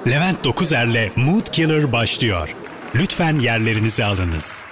Levent Dokuzer'le Mood Killer başlıyor. Lütfen yerlerinizi alınız.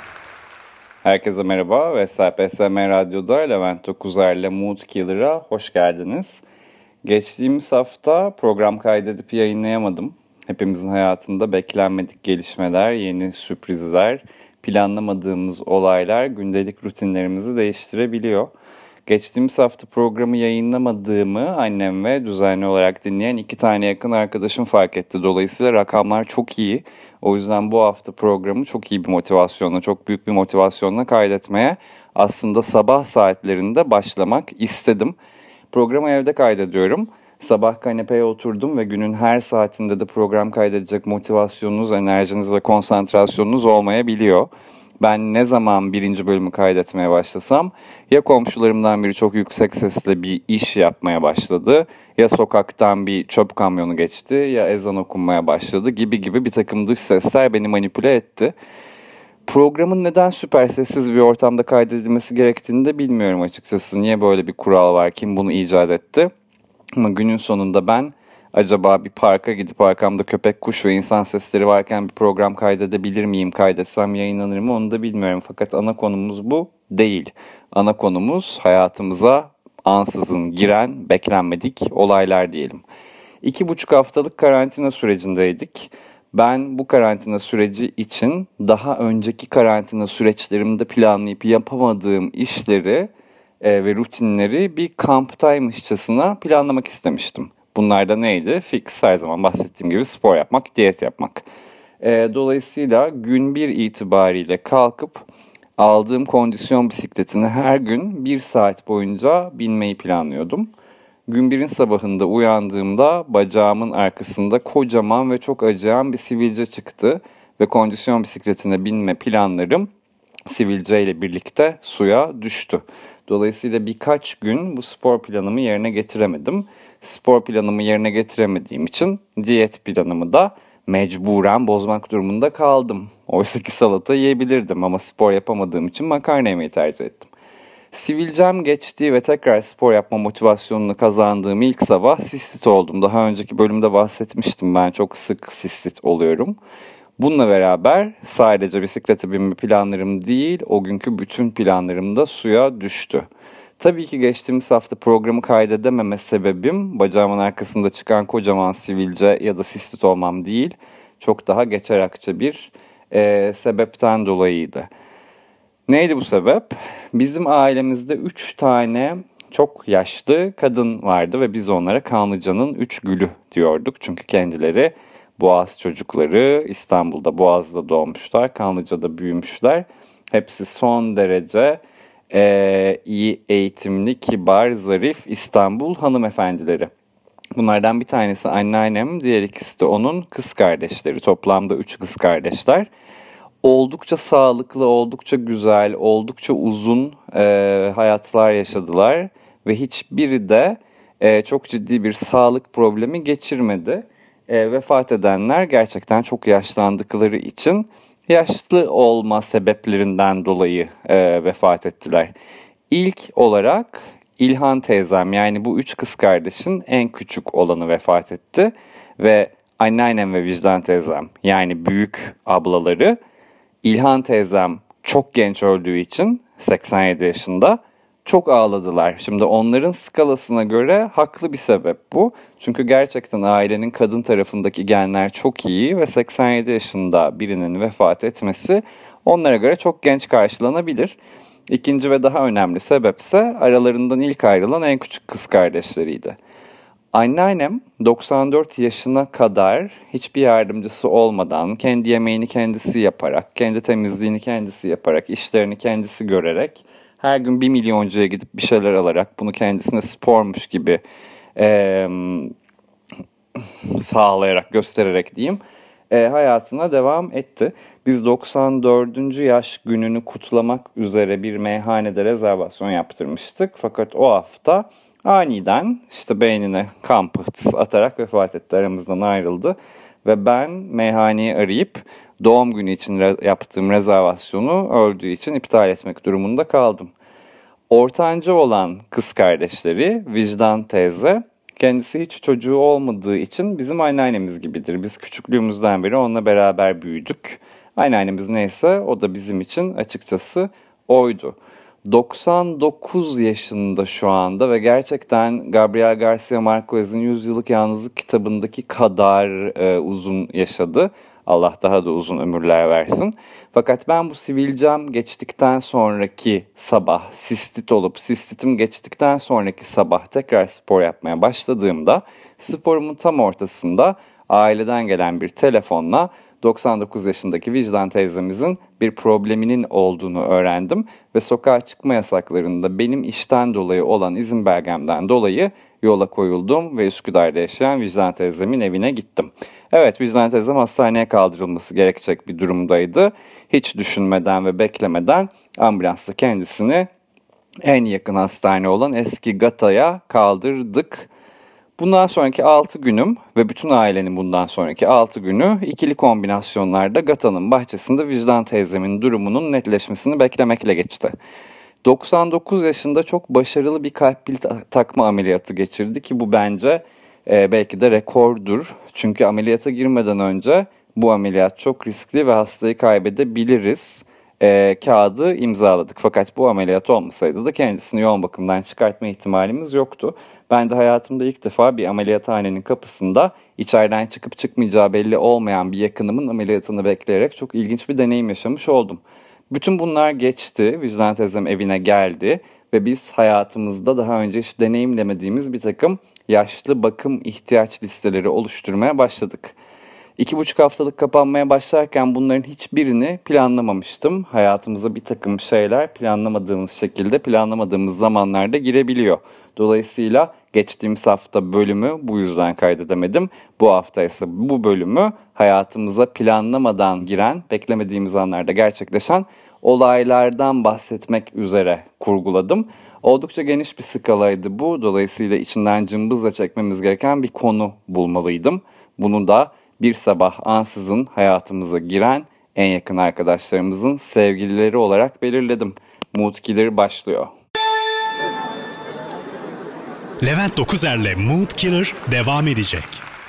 Herkese merhaba ve SPSM Radyo'da Levent Dokuzer'le Mood Killer'a hoş geldiniz. Geçtiğimiz hafta program kaydedip yayınlayamadım. Hepimizin hayatında beklenmedik gelişmeler, yeni sürprizler, planlamadığımız olaylar gündelik rutinlerimizi değiştirebiliyor. Geçtiğimiz hafta programı yayınlamadığımı annem ve düzenli olarak dinleyen 2 tane yakın arkadaşım fark etti. Dolayısıyla rakamlar çok iyi. O yüzden bu hafta programı çok iyi bir motivasyonla, çok büyük bir motivasyonla kaydetmeye aslında sabah saatlerinde başlamak istedim. Programı evde kaydediyorum. Sabah kanepeye oturdum ve günün her saatinde de program kaydedecek motivasyonunuz, enerjiniz ve konsantrasyonunuz olmayabiliyor. Ben ne zaman birinci bölümü kaydetmeye başlasam ya komşularımdan biri çok yüksek sesle bir iş yapmaya başladı, ya sokaktan bir çöp kamyonu geçti, ya ezan okunmaya başladı gibi bir takım dış sesler beni manipüle etti. Programın neden süper sessiz bir ortamda kaydedilmesi gerektiğini de bilmiyorum açıkçası. Niye böyle bir kural var, kim bunu icat etti? Ama günün sonunda ben acaba bir parka gidip arkamda köpek, kuş ve insan sesleri varken bir program kaydedebilir miyim? Kaydetsem yayınlanır mı onu da bilmiyorum. Fakat ana konumuz bu değil. Ana konumuz hayatımıza ansızın giren beklenmedik olaylar diyelim. 2,5 haftalık karantina sürecindeydik. Ben bu karantina süreci için daha önceki karantina süreçlerimde planlayıp yapamadığım işleri ve rutinleri bir kamptaymışçasına planlamak istemiştim. Bunlar da neydi? Fix, her zaman bahsettiğim gibi spor yapmak, diyet yapmak. Dolayısıyla gün 1 itibariyle kalkıp aldığım kondisyon bisikletini her gün 1 saat boyunca binmeyi planlıyordum. Gün 1'in sabahında uyandığımda bacağımın arkasında kocaman ve çok acıyan bir sivilce çıktı ve kondisyon bisikletine binme planlarım sivilce ile birlikte suya düştü. Dolayısıyla birkaç gün bu spor planımı yerine getiremedim. Spor planımı yerine getiremediğim için diyet planımı da mecburen bozmak durumunda kaldım. Oysa ki salata yiyebilirdim ama spor yapamadığım için makarna yemeyi tercih ettim. Sivilcem geçti ve tekrar spor yapma motivasyonunu kazandığım ilk sabah sistit oldum. Daha önceki bölümde bahsetmiştim, ben çok sık sistit oluyorum. Bununla beraber sadece bisiklete binme planlarım değil, o günkü bütün planlarım da suya düştü. Tabii ki geçtiğimiz hafta programı kaydedememe sebebim bacağımın arkasında çıkan kocaman sivilce ya da sistit olmam değil, çok daha geçer akça bir sebepten dolayıydı. Neydi bu sebep? Bizim ailemizde 3 tane çok yaşlı kadın vardı ve biz onlara Kanlıca'nın 3 gülü diyorduk. Çünkü kendileri Boğaz çocukları, İstanbul'da Boğaz'da doğmuşlar, Kanlıca'da büyümüşler. Hepsi son derece iyi eğitimli, kibar, zarif İstanbul hanımefendileri. Bunlardan bir tanesi anneannem, diğer ikisi de onun kız kardeşleri. Toplamda 3 kız kardeşler. Oldukça sağlıklı, oldukça güzel, oldukça uzun hayatlar yaşadılar. Ve hiçbiri de çok ciddi bir sağlık problemi geçirmedi. Vefat edenler gerçekten çok yaşlandıkları için yaşlı olma sebeplerinden dolayı vefat ettiler. İlk olarak İlhan teyzem, yani bu 3 kız kardeşin en küçük olanı vefat etti. Ve anneannem ve Vicdan teyzem, yani büyük ablaları, İlhan teyzem çok genç öldüğü için 87 yaşında çok ağladılar. Şimdi onların skalasına göre haklı bir sebep bu. Çünkü gerçekten ailenin kadın tarafındaki genler çok iyi ve 87 yaşında birinin vefat etmesi onlara göre çok genç karşılanabilir. İkinci ve daha önemli sebepse aralarından ilk ayrılan en küçük kız kardeşleriydi. Anneannem 94 yaşına kadar hiçbir yardımcısı olmadan, kendi yemeğini kendisi yaparak, kendi temizliğini kendisi yaparak, işlerini kendisi görerek, her gün 1 milyoncuya gidip bir şeyler alarak, bunu kendisine spormuş gibi sağlayarak, göstererek diyeyim, hayatına devam etti. Biz 94. yaş gününü kutlamak üzere bir meyhanede rezervasyon yaptırmıştık. Fakat o hafta aniden işte beynine kan pıhtısı atarak vefat etti, aramızdan ayrıldı. Ve ben meyhaneyi arayıp doğum günü için yaptığım rezervasyonu öldüğü için iptal etmek durumunda kaldım. Ortanca olan kız kardeşleri Vicdan teyze Kendisi hiç çocuğu olmadığı için bizim anneannemiz gibidir. Biz küçüklüğümüzden beri onunla beraber büyüdük. Anneannemiz neyse o da bizim için açıkçası oydu. 99 yaşında şu anda ve gerçekten Gabriel Garcia Marquez'in 100 Yıllık Yalnızlık kitabındaki kadar uzun yaşadı. Allah daha da uzun ömürler versin. Fakat ben bu sivilcem geçtikten sonraki sabah, sistit olup sistitim geçtikten sonraki sabah tekrar spor yapmaya başladığımda sporumun tam ortasında aileden gelen bir telefonla 99 yaşındaki Vicdan teyzemizin bir probleminin olduğunu öğrendim ve sokağa çıkma yasaklarında benim işten dolayı olan izin belgemden dolayı yola koyuldum ve Üsküdar'da yaşayan Vicdan teyzemin evine gittim. Evet, Vicdan teyzem hastaneye kaldırılması gerekecek bir durumdaydı. Hiç düşünmeden ve beklemeden ambulansla kendisini en yakın hastane olan eski Gata'ya kaldırdık. Bundan sonraki 6 günüm ve bütün ailenin bundan sonraki 6 günü ikili kombinasyonlarda Gata'nın bahçesinde Vicdan teyzemin durumunun netleşmesini beklemekle geçti. 99 yaşında çok başarılı bir kalp pil takma ameliyatı geçirdi ki bu bence belki de rekordur. Çünkü ameliyata girmeden önce bu ameliyat çok riskli ve hastayı kaybedebiliriz. Kağıdı imzaladık. Fakat bu ameliyat olmasaydı da kendisini yoğun bakımdan çıkartma ihtimalimiz yoktu. Ben de hayatımda ilk defa bir ameliyathanenin kapısında içeriden çıkıp çıkmayacağı belli olmayan bir yakınımın ameliyatını bekleyerek çok ilginç bir deneyim yaşamış oldum. Bütün bunlar geçti. Vicdan teyzem evine geldi ve biz hayatımızda daha önce hiç deneyimlemediğimiz bir takım yaşlı bakım ihtiyaç listeleri oluşturmaya başladık. 2,5 haftalık kapanmaya başlarken bunların hiçbirini planlamamıştım. Hayatımıza bir takım şeyler planlamadığımız şekilde, planlamadığımız zamanlarda girebiliyor. Dolayısıyla geçtiğimiz hafta bölümü bu yüzden kaydedemedim. Bu hafta ise bu bölümü hayatımıza planlamadan giren, beklemediğimiz anlarda gerçekleşen olaylardan bahsetmek üzere kurguladım. Oldukça geniş bir skalaydı bu. Dolayısıyla içinden cımbızla çekmemiz gereken bir konu bulmalıydım. Bunu da bir sabah ansızın hayatımıza giren en yakın arkadaşlarımızın sevgilileri olarak belirledim. Mood Killer başlıyor. Levent Dokuzer'le Mood Killer devam edecek.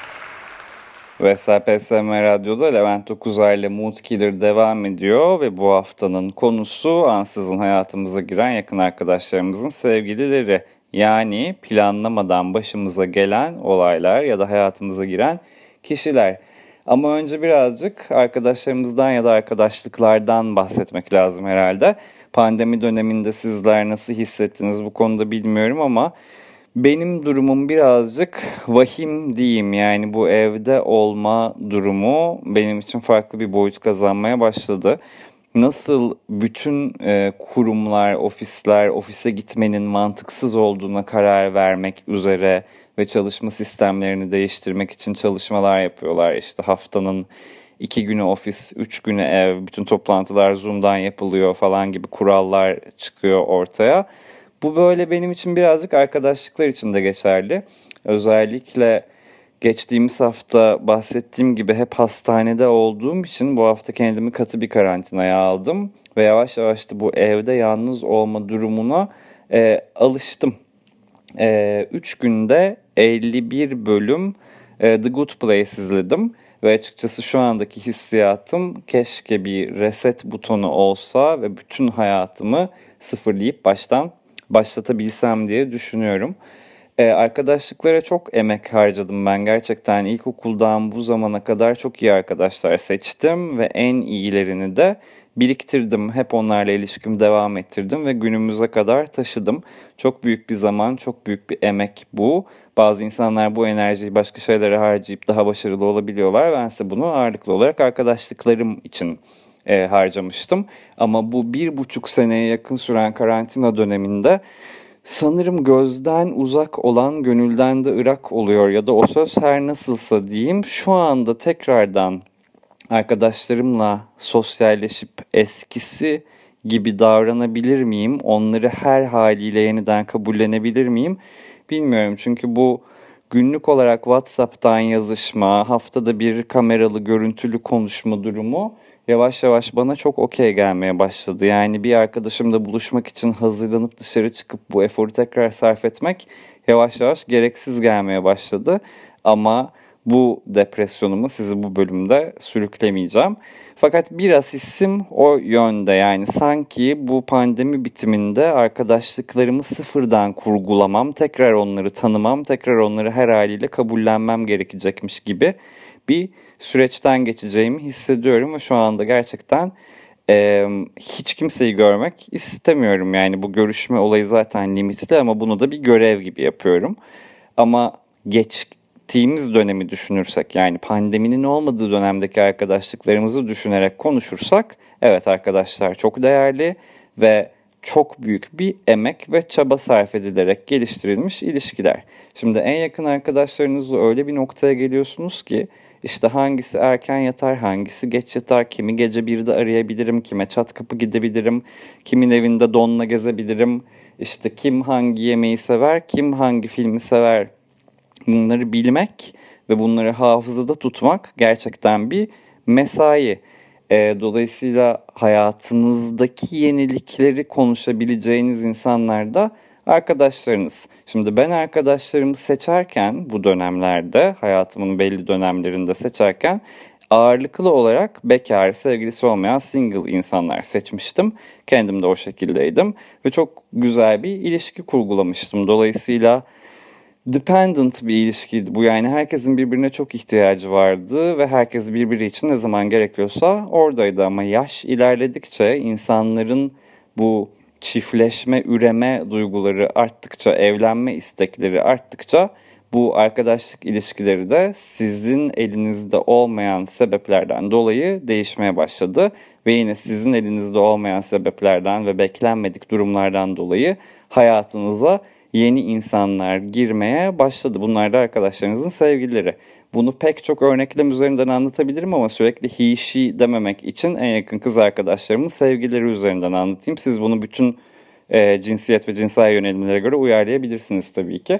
Ve SPSM Radyo'da Levent Dokuzer'le Mood Killer devam ediyor ve bu haftanın konusu ansızın hayatımıza giren yakın arkadaşlarımızın sevgilileri. Yani planlamadan başımıza gelen olaylar ya da hayatımıza giren kişiler. Ama önce birazcık arkadaşlarımızdan ya da arkadaşlıklardan bahsetmek lazım herhalde. Pandemi döneminde sizler nasıl hissettiniz bu konuda bilmiyorum ama benim durumum birazcık vahim diyeyim. Yani bu evde olma durumu benim için farklı bir boyut kazanmaya başladı. Nasıl bütün kurumlar, ofisler, ofise gitmenin mantıksız olduğuna karar vermek üzere ve çalışma sistemlerini değiştirmek için çalışmalar yapıyorlar. İşte haftanın 2 günü ofis, 3 günü ev, bütün toplantılar Zoom'dan yapılıyor falan gibi kurallar çıkıyor ortaya. Bu böyle benim için birazcık arkadaşlıklar için de geçerli. Özellikle geçtiğimiz hafta bahsettiğim gibi hep hastanede olduğum için bu hafta kendimi katı bir karantinaya aldım. Ve yavaş yavaş da bu evde yalnız olma durumuna alıştım. 3 günde 51 bölüm The Good Place izledim. Ve açıkçası şu andaki hissiyatım keşke bir reset butonu olsa ve bütün hayatımı sıfırlayıp baştan başlatabilsem diye düşünüyorum. Arkadaşlıklara çok emek harcadım ben gerçekten. İlkokuldan bu zamana kadar çok iyi arkadaşlar seçtim ve en iyilerini de biriktirdim. Hep onlarla ilişkimi devam ettirdim ve günümüze kadar taşıdım. Çok büyük bir zaman, çok büyük bir emek bu. Bazı insanlar bu enerjiyi başka şeylere harcayıp daha başarılı olabiliyorlar. Bense bunu ağırlıklı olarak arkadaşlıklarım için harcamıştım. Ama bu 1,5 seneye yakın süren karantina döneminde sanırım gözden uzak olan gönülden de ırak oluyor ya da o söz her nasılsa diyeyim. Şu anda tekrardan arkadaşlarımla sosyalleşip eskisi gibi davranabilir miyim? Onları her haliyle yeniden kabullenebilir miyim? Bilmiyorum çünkü bu günlük olarak WhatsApp'tan yazışma, haftada bir kameralı görüntülü konuşma durumu yavaş yavaş bana çok okey gelmeye başladı. Yani bir arkadaşımla buluşmak için hazırlanıp dışarı çıkıp bu eforu tekrar sarf etmek yavaş yavaş gereksiz gelmeye başladı. Ama bu depresyonumu sizi bu bölümde sürüklemeyeceğim. Fakat biraz hissim o yönde, yani sanki bu pandemi bitiminde arkadaşlıklarımı sıfırdan kurgulamam, tekrar onları tanımam, tekrar onları her haliyle kabullenmem gerekecekmiş gibi bir süreçten geçeceğimi hissediyorum ve şu anda gerçekten hiç kimseyi görmek istemiyorum. Yani bu görüşme olayı zaten limitli ama bunu da bir görev gibi yapıyorum. Ama geçtiğimiz dönemi düşünürsek, yani pandeminin olmadığı dönemdeki arkadaşlıklarımızı düşünerek konuşursak, evet, arkadaşlar çok değerli ve çok büyük bir emek ve çaba sarf edilerek geliştirilmiş ilişkiler. Şimdi en yakın arkadaşlarınızla öyle bir noktaya geliyorsunuz ki işte hangisi erken yatar, hangisi geç yatar, kimi gece 1'de arayabilirim, kime çat kapı gidebilirim, kimin evinde donla gezebilirim, işte kim hangi yemeği sever, kim hangi filmi sever. Bunları bilmek ve bunları hafızada tutmak gerçekten bir mesai. Dolayısıyla hayatınızdaki yenilikleri konuşabileceğiniz insanlar da arkadaşlarınız. Şimdi ben arkadaşlarımı seçerken, bu dönemlerde, hayatımın belli dönemlerinde seçerken ağırlıklı olarak bekar, sevgilisi olmayan single insanlar seçmiştim. Kendim de o şekildeydim ve çok güzel bir ilişki kurgulamıştım. Dolayısıyla dependent bir ilişkiydi bu, yani herkesin birbirine çok ihtiyacı vardı ve herkes birbiri için ne zaman gerekiyorsa oradaydı. Ama yaş ilerledikçe, insanların bu çiftleşme, üreme duyguları arttıkça, evlenme istekleri arttıkça bu arkadaşlık ilişkileri de sizin elinizde olmayan sebeplerden dolayı değişmeye başladı. Ve yine sizin elinizde olmayan sebeplerden ve beklenmedik durumlardan dolayı hayatınıza yeni insanlar girmeye başladı. Bunlar da arkadaşlarınızın sevgilileri. Bunu pek çok örneklem üzerinden anlatabilirim ama sürekli he she dememek için en yakın kız arkadaşlarımın sevgilileri üzerinden anlatayım. Siz bunu bütün cinsiyet ve cinsel yönelimlere göre uyarlayabilirsiniz tabii ki.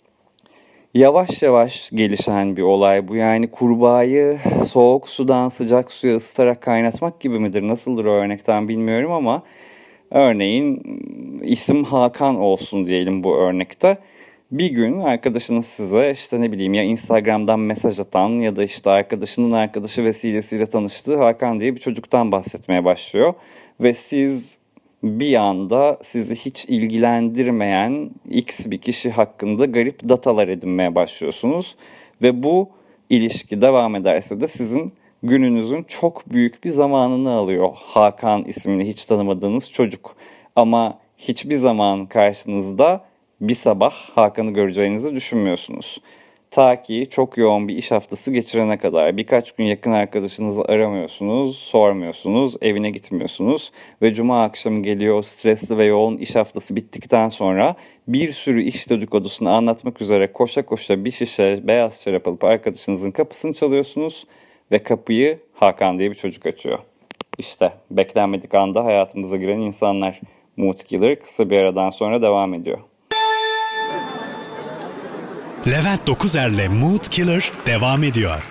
Yavaş yavaş gelişen bir olay bu. Yani kurbağayı soğuk sudan sıcak suya ısıtarak kaynatmak gibi midir? Nasıldır o örnekten bilmiyorum ama örneğin isim Hakan olsun diyelim bu örnekte. Bir gün arkadaşınız size işte ne bileyim ya Instagram'dan mesaj atan ya da işte arkadaşının arkadaşı vesilesiyle tanıştığı Hakan diye bir çocuktan bahsetmeye başlıyor. Ve siz bir anda sizi hiç ilgilendirmeyen X bir kişi hakkında garip datalar edinmeye başlıyorsunuz. Ve bu ilişki devam ederse de sizin gününüzün çok büyük bir zamanını alıyor Hakan isimli hiç tanımadığınız çocuk. Ama hiçbir zaman karşınızda bir sabah Hakan'ı göreceğinizi düşünmüyorsunuz. Ta ki çok yoğun bir iş haftası geçirene kadar birkaç gün yakın arkadaşınızı aramıyorsunuz, sormuyorsunuz, evine gitmiyorsunuz ve cuma akşamı geliyor, o stresli ve yoğun iş haftası bittikten sonra bir sürü iş dedikodusunu anlatmak üzere koşa koşa bir şişe beyaz şarap alıp arkadaşınızın kapısını çalıyorsunuz ve kapıyı Hakan diye bir çocuk açıyor. İşte beklenmedik anda hayatımıza giren insanlar. Mood Killer kısa bir aradan sonra devam ediyor. Levent Dokuzer'le Mood Killer devam ediyor.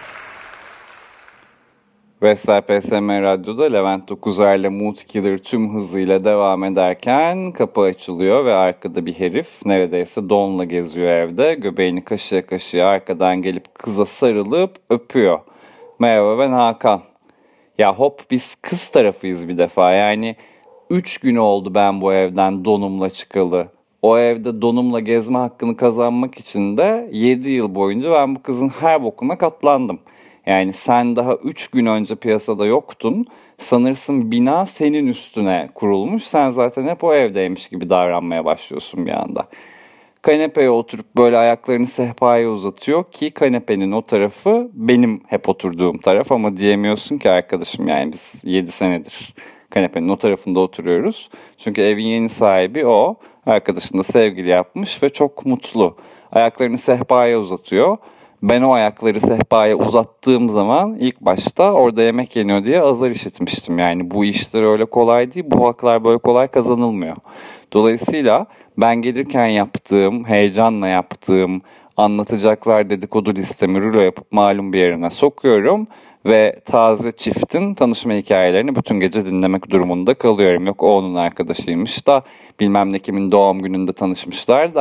Vestel PSM Radyo'da Levent Dokuzer'le Mood Killer tüm hızıyla devam ederken kapı açılıyor ve arkada bir herif neredeyse donla geziyor evde. Göbeğini kaşıya kaşıya arkadan gelip kıza sarılıp öpüyor. Merhaba, ben Hakan. Ya hop, biz kız tarafıyız bir defa, yani 3 gün oldu ben bu evden donumla çıkalı. O evde donumla gezme hakkını kazanmak için de 7 yıl boyunca ben bu kızın her bokuna katlandım. Yani sen daha 3 gün önce piyasada yoktun. Sanırsın bina senin üstüne kurulmuş. Sen zaten hep o evdeymiş gibi davranmaya başlıyorsun bir anda. Kanepeye oturup böyle ayaklarını sehpaya uzatıyor ki kanepenin o tarafı benim hep oturduğum taraf ama diyemiyorsun ki arkadaşım, yani biz 7 senedir kanepenin o tarafında oturuyoruz. Çünkü evin yeni sahibi o. Arkadaşını da sevgili yapmış ve çok mutlu. Ayaklarını sehpaya uzatıyor. Ben o ayakları sehpaya uzattığım zaman ilk başta orada yemek yeniyor diye azar işitmiştim. Yani bu işler öyle kolay değil, bu haklar böyle kolay kazanılmıyor. Dolayısıyla ben gelirken yaptığım, heyecanla yaptığım anlatacaklar dedikodu listemi rulo yapıp malum bir yerine sokuyorum. Ve taze çiftin tanışma hikayelerini bütün gece dinlemek durumunda kalıyorum. Yok o onun arkadaşıymış da bilmem ne kimin doğum gününde tanışmışlar da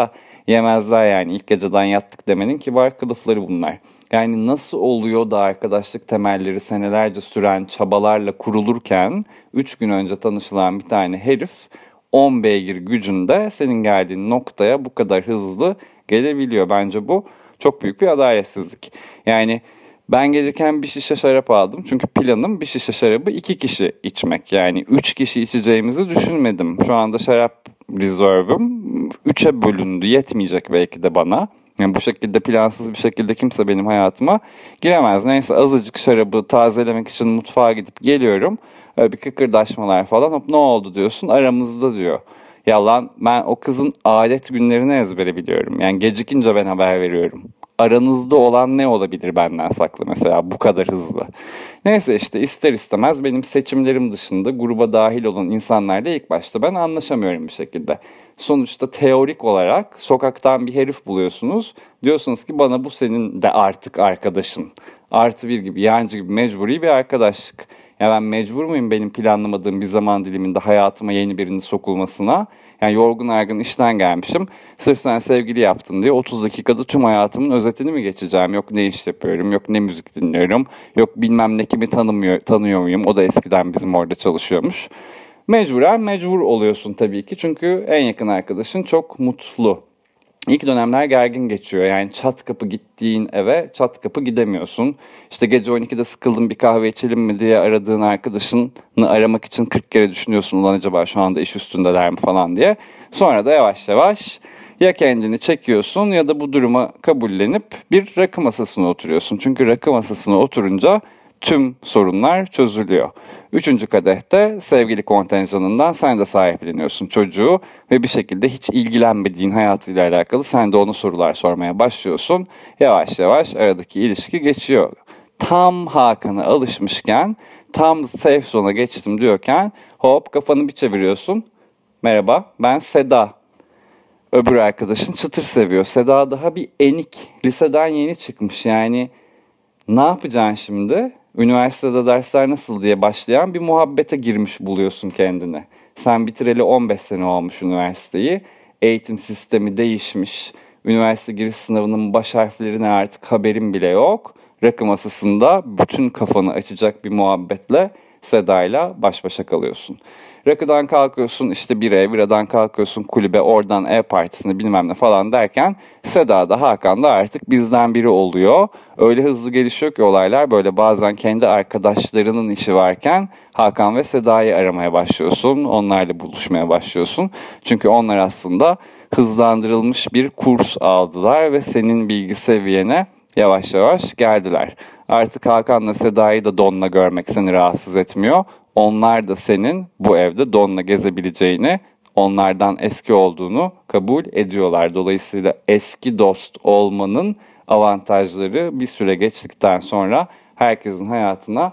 Yemezler yani, ilk geceden yattık demenin kibar kılıfları bunlar. Yani nasıl oluyor da arkadaşlık temelleri senelerce süren çabalarla kurulurken 3 gün önce tanışılan bir tane herif 10 beygir gücünde senin geldiğin noktaya bu kadar hızlı gelebiliyor. Bence bu çok büyük bir adaletsizlik. Yani ben gelirken bir şişe şarap aldım. Çünkü planım bir şişe şarabı 2 kişi içmek. Yani 3 kişi içeceğimizi düşünmedim. Şu anda şarap rezervüm 3'e bölündü. Yetmeyecek belki de bana. Yani bu şekilde plansız bir şekilde kimse benim hayatıma giremez. Neyse, azıcık şarabı tazelemek için mutfağa gidip geliyorum. Öyle bir kıkırdaşmalar falan. Hop, ne oldu diyorsun, aramızda diyor. Ya lan, ben o kızın adet günlerini ezbere biliyorum. Yani gecikince ben haber veriyorum. Aranızda olan ne olabilir benden saklı mesela bu kadar hızlı? Neyse işte, ister istemez benim seçimlerim dışında gruba dahil olan insanlarla ilk başta ben anlaşamıyorum bir şekilde. Sonuçta teorik olarak sokaktan bir herif buluyorsunuz. Diyorsunuz ki bana bu senin de artık arkadaşın. Artı bir gibi, yancı gibi mecburi bir arkadaşlık. Ya ben mecbur muyum benim planlamadığım bir zaman diliminde hayatıma yeni birinin sokulmasına? Yani yorgun argın işten gelmişim. Sırf sen sevgili yaptın diye 30 dakikada tüm hayatımın özetini mi geçeceğim? Yok ne iş yapıyorum, yok ne müzik dinliyorum, yok bilmem ne kimi tanıyor muyum? O da eskiden bizim orada çalışıyormuş. Mecburen mecbur oluyorsun tabii ki. Çünkü en yakın arkadaşın çok mutlu. İlk dönemler gergin geçiyor. Yani çat kapı gittiğin eve çat kapı gidemiyorsun. İşte gece 12'de sıkıldım, bir kahve içelim mi diye aradığın arkadaşını aramak için 40 kere düşünüyorsun. Ulan acaba şu anda iş üstündeler mi falan diye. Sonra da yavaş yavaş ya kendini çekiyorsun ya da bu duruma kabullenip bir rakı masasına oturuyorsun. Çünkü rakı masasına oturunca tüm sorunlar çözülüyor. Üçüncü kadehte sevgili kontenjanından sen de sahipleniyorsun çocuğu ve bir şekilde hiç ilgilenmediğin hayatıyla alakalı sen de ona sorular sormaya başlıyorsun. Yavaş yavaş aradaki ilişki geçiyor. Tam Hakan'a alışmışken, tam safe zone'a geçtim diyorken hop kafanı bir çeviriyorsun. Merhaba, ben Seda. Öbür arkadaşın çıtır seviyor. Seda daha bir enik, liseden yeni çıkmış yani. Ne yapacaksın şimdi? Üniversitede dersler nasıl diye başlayan bir muhabbete girmiş buluyorsun kendini. Sen bitireli 15 sene olmuş üniversiteyi. Eğitim sistemi değişmiş. Üniversite giriş sınavının baş harflerine artık haberin bile yok. Rakı masasında bütün kafanı açacak bir muhabbetle Seda'yla baş başa kalıyorsun. Rakıdan kalkıyorsun işte biradan kalkıyorsun kulübe, oradan ev partisine bilmem ne falan derken Seda da Hakan da artık bizden biri oluyor. Öyle hızlı gelişiyor ki olaylar, böyle bazen kendi arkadaşlarının işi varken Hakan ve Seda'yı aramaya başlıyorsun. Onlarla buluşmaya başlıyorsun. Çünkü onlar aslında hızlandırılmış bir kurs aldılar ve senin bilgi seviyene yavaş yavaş geldiler. Artık Hakan'la Seda'yı da donla görmek seni rahatsız etmiyor. Onlar da senin bu evde donla gezebileceğini, onlardan eski olduğunu kabul ediyorlar. Dolayısıyla eski dost olmanın avantajları bir süre geçtikten sonra herkesin hayatına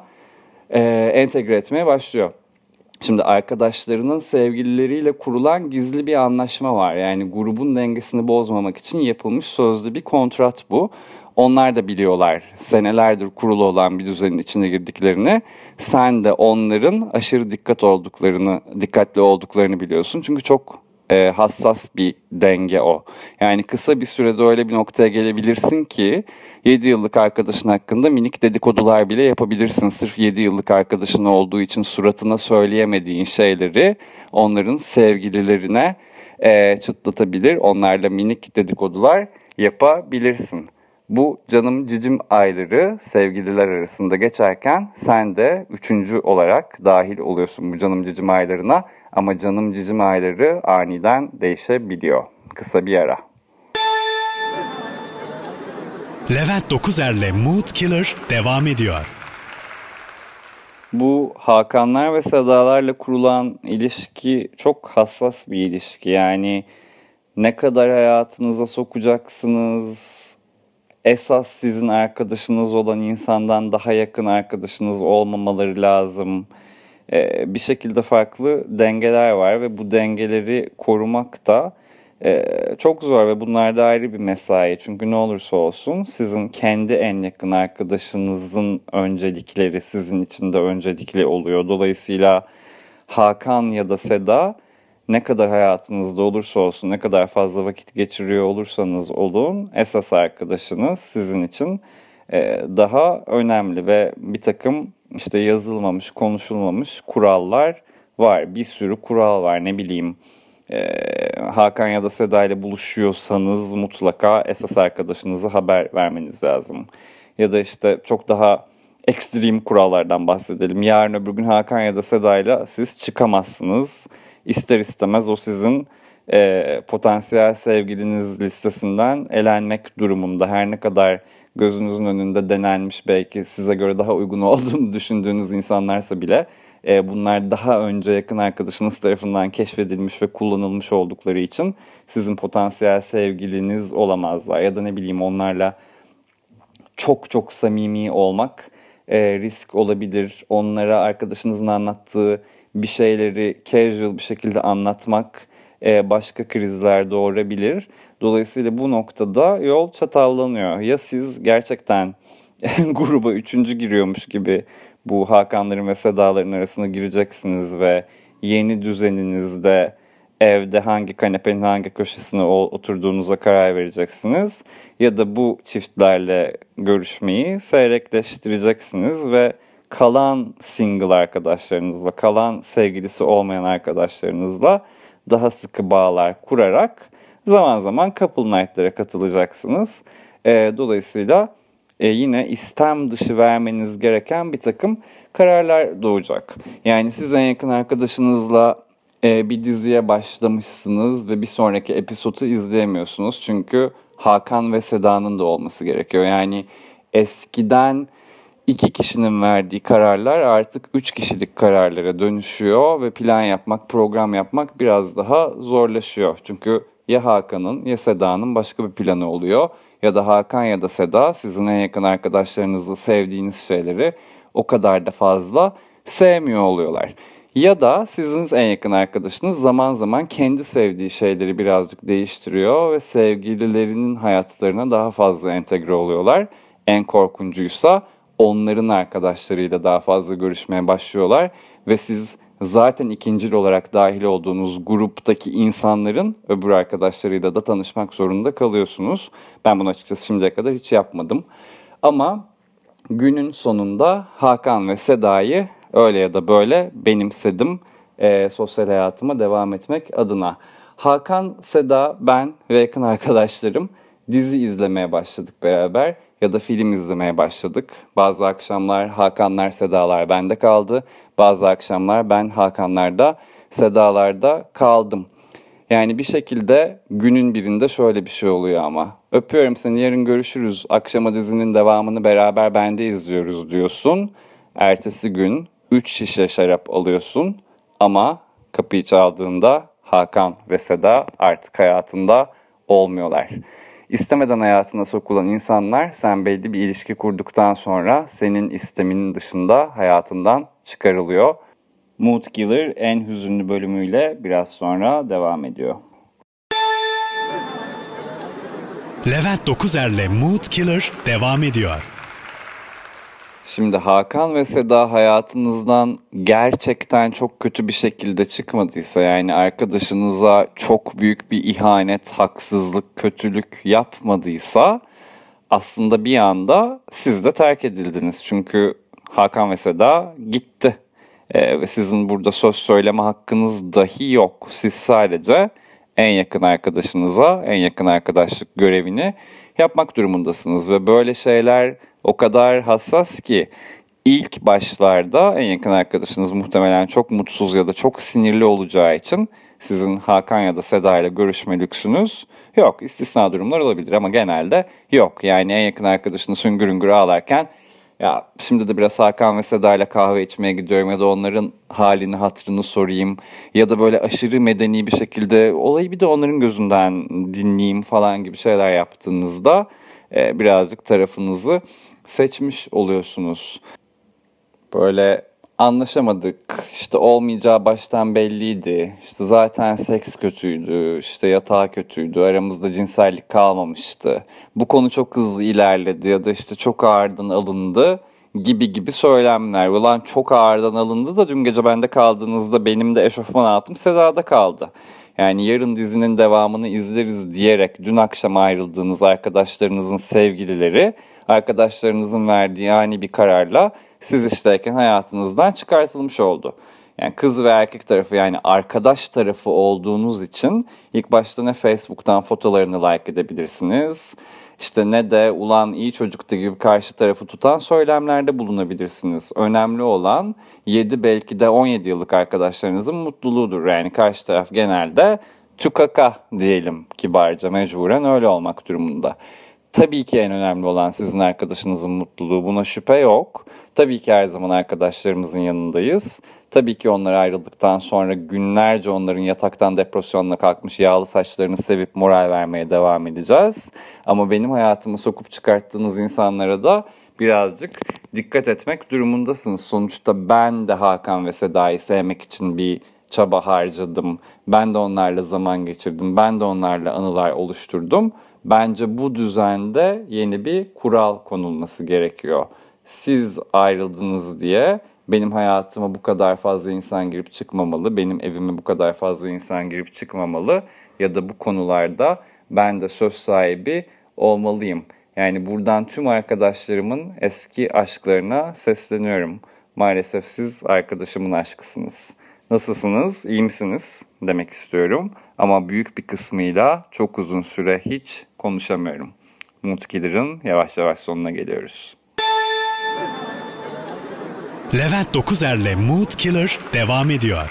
entegre etmeye başlıyor. Şimdi arkadaşlarının sevgilileriyle kurulan gizli bir anlaşma var. Yani grubun dengesini bozmamak için yapılmış sözlü bir kontrat bu. Onlar da biliyorlar senelerdir kurulu olan bir düzenin içine girdiklerini. Sen de onların aşırı dikkatli olduklarını biliyorsun. Çünkü çok hassas bir denge o. Yani kısa bir sürede öyle bir noktaya gelebilirsin ki 7 yıllık arkadaşın hakkında minik dedikodular bile yapabilirsin. Sırf 7 yıllık arkadaşın olduğu için suratına söyleyemediğin şeyleri onların sevgililerine çıtlatabilir. Onlarla minik dedikodular yapabilirsin. Bu canım cicim ayları sevgililer arasında geçerken sen de üçüncü olarak dahil oluyorsun bu canım cicim aylarına. Ama canım cicim ayları aniden değişebiliyor. Kısa bir ara. Levent Dokuzer'le Mood Killer devam ediyor. Bu Hakanlar ve Sedalarla kurulan ilişki çok hassas bir ilişki. Yani ne kadar hayatınıza sokacaksınız? Esas sizin arkadaşınız olan insandan daha yakın arkadaşınız olmamaları lazım. Bir şekilde farklı dengeler var ve bu dengeleri korumak da çok zor ve bunlar da ayrı bir mesai. Çünkü ne olursa olsun sizin kendi en yakın arkadaşınızın öncelikleri sizin için de öncelikli oluyor. Dolayısıyla Hakan ya da Seda ne kadar hayatınızda olursa olsun, ne kadar fazla vakit geçiriyor olursanız olun, esas arkadaşınız sizin için daha önemli ve bir takım işte yazılmamış, konuşulmamış kurallar var. Bir sürü kural var, ne bileyim. Hakan ya da Seda ile buluşuyorsanız mutlaka esas arkadaşınıza haber vermeniz lazım. Ya da işte çok daha ekstrem kurallardan bahsedelim. Yarın öbür gün Hakan ya da Seda ile siz çıkamazsınız. İster istemez o sizin potansiyel sevgiliniz listesinden elenmek durumunda. Her ne kadar gözünüzün önünde denenmiş, belki size göre daha uygun olduğunu düşündüğünüz insanlarsa bile bunlar daha önce yakın arkadaşınız tarafından keşfedilmiş ve kullanılmış oldukları için sizin potansiyel sevgiliniz olamazlar. Ya da ne bileyim, onlarla çok çok samimi olmak risk olabilir. Onlara arkadaşınızın anlattığı bir şeyleri casual bir şekilde anlatmak başka krizler doğurabilir. Dolayısıyla bu noktada yol çatallanıyor. Ya siz gerçekten gruba üçüncü giriyormuş gibi bu Hakanların ve Sedaların arasına gireceksiniz ve yeni düzeninizde evde hangi kanepenin hangi köşesine oturduğunuza karar vereceksiniz. Ya da bu çiftlerle görüşmeyi seyrekleştireceksiniz ve kalan single arkadaşlarınızla, kalan sevgilisi olmayan arkadaşlarınızla daha sıkı bağlar kurarak zaman zaman couple night'lara katılacaksınız. Dolayısıyla yine istem dışı vermeniz gereken bir takım kararlar doğacak. Yani siz en yakın arkadaşınızla bir diziye başlamışsınız ve bir sonraki episodu izleyemiyorsunuz. Çünkü Hakan ve Seda'nın da olması gerekiyor. Yani eskiden 2 kişinin verdiği kararlar artık 3 kişilik kararlara dönüşüyor ve plan yapmak, program yapmak biraz daha zorlaşıyor. Çünkü ya Hakan'ın ya Seda'nın başka bir planı oluyor. Ya da Hakan ya da Seda sizin en yakın arkadaşlarınızla sevdiğiniz şeyleri o kadar da fazla sevmiyor oluyorlar. Ya da sizin en yakın arkadaşınız zaman zaman kendi sevdiği şeyleri birazcık değiştiriyor ve sevgililerinin hayatlarına daha fazla entegre oluyorlar. En korkuncuysa onların arkadaşlarıyla daha fazla görüşmeye başlıyorlar ve siz zaten ikincil olarak dahil olduğunuz gruptaki insanların öbür arkadaşlarıyla da tanışmak zorunda kalıyorsunuz. Ben bunu açıkçası şimdiye kadar hiç yapmadım. Ama günün sonunda Hakan ve Seda'yı öyle ya da böyle benimsedim sosyal hayatıma devam etmek adına. Hakan, Seda, ben ve yakın arkadaşlarım dizi izlemeye başladık beraber ya da film izlemeye başladık. Bazı akşamlar Hakanlar, Sedalar bende kaldı. Bazı akşamlar ben Hakanlar'da, Sedalar'da kaldım. Yani bir şekilde günün birinde şöyle bir şey oluyor ama. Öpüyorum seni, yarın görüşürüz. Akşama dizinin devamını beraber bende izliyoruz diyorsun. Ertesi gün 3 şişe şarap alıyorsun ama kapıyı çaldığında Hakan ve Seda artık hayatında olmuyorlar. İstemeden hayatına sokulan insanlar sen belli bir ilişki kurduktan sonra senin isteminin dışında hayatından çıkarılıyor. Mood Killer en hüzünlü bölümüyle biraz sonra devam ediyor. Levent Dokuzer'le Mood Killer devam ediyor. Şimdi Hakan ve Seda hayatınızdan gerçekten çok kötü bir şekilde çıkmadıysa, yani arkadaşınıza çok büyük bir ihanet, haksızlık, kötülük yapmadıysa aslında bir anda siz de terk edildiniz. Çünkü Hakan ve Seda gitti. Ve sizin burada söz söyleme hakkınız dahi yok. Siz sadece en yakın arkadaşınıza, en yakın arkadaşlık görevini yapmak durumundasınız. Ve böyle şeyler o kadar hassas ki ilk başlarda en yakın arkadaşınız muhtemelen çok mutsuz ya da çok sinirli olacağı için sizin Hakan ya da Seda ile görüşme lüksünüz yok. İstisna durumlar olabilir ama genelde yok. Yani en yakın arkadaşınız hüngür hüngür ağlarken ya şimdi de biraz Hakan ve Seda ile kahve içmeye gidiyorum ya da onların halini hatırını sorayım ya da böyle aşırı medeni bir şekilde olayı bir de onların gözünden dinleyeyim falan gibi şeyler yaptığınızda birazcık tarafınızı seçmiş oluyorsunuz. Böyle anlaşamadık, işte olmayacağı baştan belliydi, işte zaten seks kötüydü, işte yatağı kötüydü, aramızda cinsellik kalmamıştı, bu konu çok hızlı ilerledi ya da işte çok ağırdan alındı gibi söylemler. Ulan çok ağırdan alındı da dün gece bende kaldığınızda benim de eşofman altım Seda'da kaldı. Yani yarın dizinin devamını izleriz diyerek dün akşam ayrıldığınız arkadaşlarınızın sevgilileri, arkadaşlarınızın verdiği ani bir kararla siz işteyken hayatınızdan çıkartılmış oldu. Yani kız ve erkek tarafı, yani arkadaş tarafı olduğunuz için ilk başta ne Facebook'tan fotolarını like edebilirsiniz, İşte ne de ulan iyi çocuktu gibi karşı tarafı tutan söylemlerde bulunabilirsiniz. Önemli olan 7 belki de 17 yıllık arkadaşlarınızın mutluluğudur. Yani karşı taraf genelde tükaka diyelim kibarca, mecburen öyle olmak durumunda. Tabii ki en önemli olan sizin arkadaşınızın mutluluğu, buna şüphe yok. Tabii ki her zaman arkadaşlarımızın yanındayız. Tabii ki onlar ayrıldıktan sonra günlerce onların yataktan depresyonla kalkmış yağlı saçlarını sevip moral vermeye devam edeceğiz. Ama benim hayatıma sokup çıkarttığınız insanlara da birazcık dikkat etmek durumundasınız. Sonuçta ben de Hakan ve Seda'yı sevmek için bir çaba harcadım. Ben de onlarla zaman geçirdim. Ben de onlarla anılar oluşturdum. Bence bu düzende yeni bir kural konulması gerekiyor. Siz ayrıldınız diye benim hayatıma bu kadar fazla insan girip çıkmamalı, benim evime bu kadar fazla insan girip çıkmamalı ya da bu konularda ben de söz sahibi olmalıyım. Yani buradan tüm arkadaşlarımın eski aşklarına sesleniyorum. Maalesef siz arkadaşımın aşkısınız. Nasılsınız, iyi misiniz demek istiyorum. Ama büyük bir kısmıyla çok uzun süre hiç konuşamıyorum. Mood Killer'ın yavaş yavaş sonuna geliyoruz. Levent Dokuzer'le Mood Killer devam ediyor.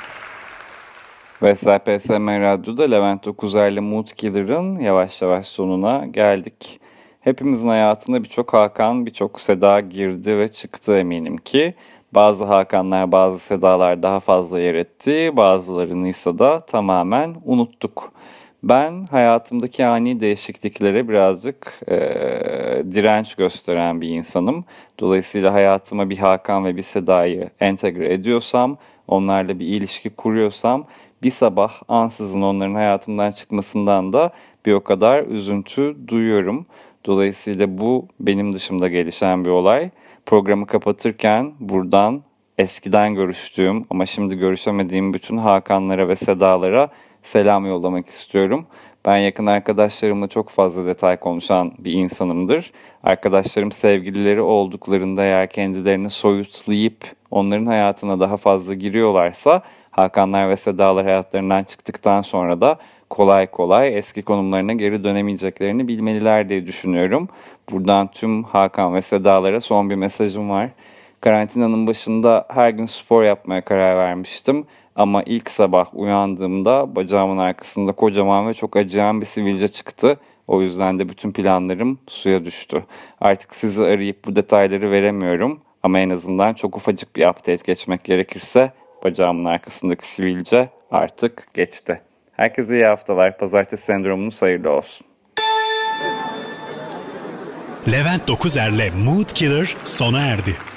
Ve SPSM Radyo'da Levent Dokuzer'le Mood Killer'ın yavaş yavaş sonuna geldik. Hepimizin hayatında birçok Hakan, birçok Seda girdi ve çıktı eminim ki. Bazı Hakanlar, bazı Sedalar daha fazla yer etti, bazılarını ise da tamamen unuttuk. Ben hayatımdaki ani değişikliklere birazcık direnç gösteren bir insanım. Dolayısıyla hayatıma bir Hakan ve bir Seda'yı entegre ediyorsam, onlarla bir ilişki kuruyorsam, bir sabah ansızın onların hayatımdan çıkmasından da bir o kadar üzüntü duyuyorum. Dolayısıyla bu benim dışımda gelişen bir olay. Programı kapatırken buradan eskiden görüştüğüm ama şimdi görüşemediğim bütün Hakanlara ve Sedalara selam yollamak istiyorum. Ben yakın arkadaşlarımla çok fazla detay konuşan bir insanımdır. Arkadaşlarım sevgilileri olduklarında eğer kendilerini soyutlayıp onların hayatına daha fazla giriyorlarsa, Hakanlar ve Sedalar hayatlarından çıktıktan sonra da kolay kolay eski konumlarına geri dönemeyeceklerini bilmeliler diye düşünüyorum. Buradan tüm Hakan ve Sedalara son bir mesajım var. Karantinanın başında her gün spor yapmaya karar vermiştim. Ama ilk sabah uyandığımda bacağımın arkasında kocaman ve çok acıyan bir sivilce çıktı. O yüzden de bütün planlarım suya düştü. Artık sizi arayıp bu detayları veremiyorum. Ama en azından çok ufacık bir update geçmek gerekirse bacağımın arkasındaki sivilce artık geçti. Herkese iyi haftalar. Pazartesi sendromunuz hayırlı olsun. Levent Dokuzer'le Mood Killer sona erdi.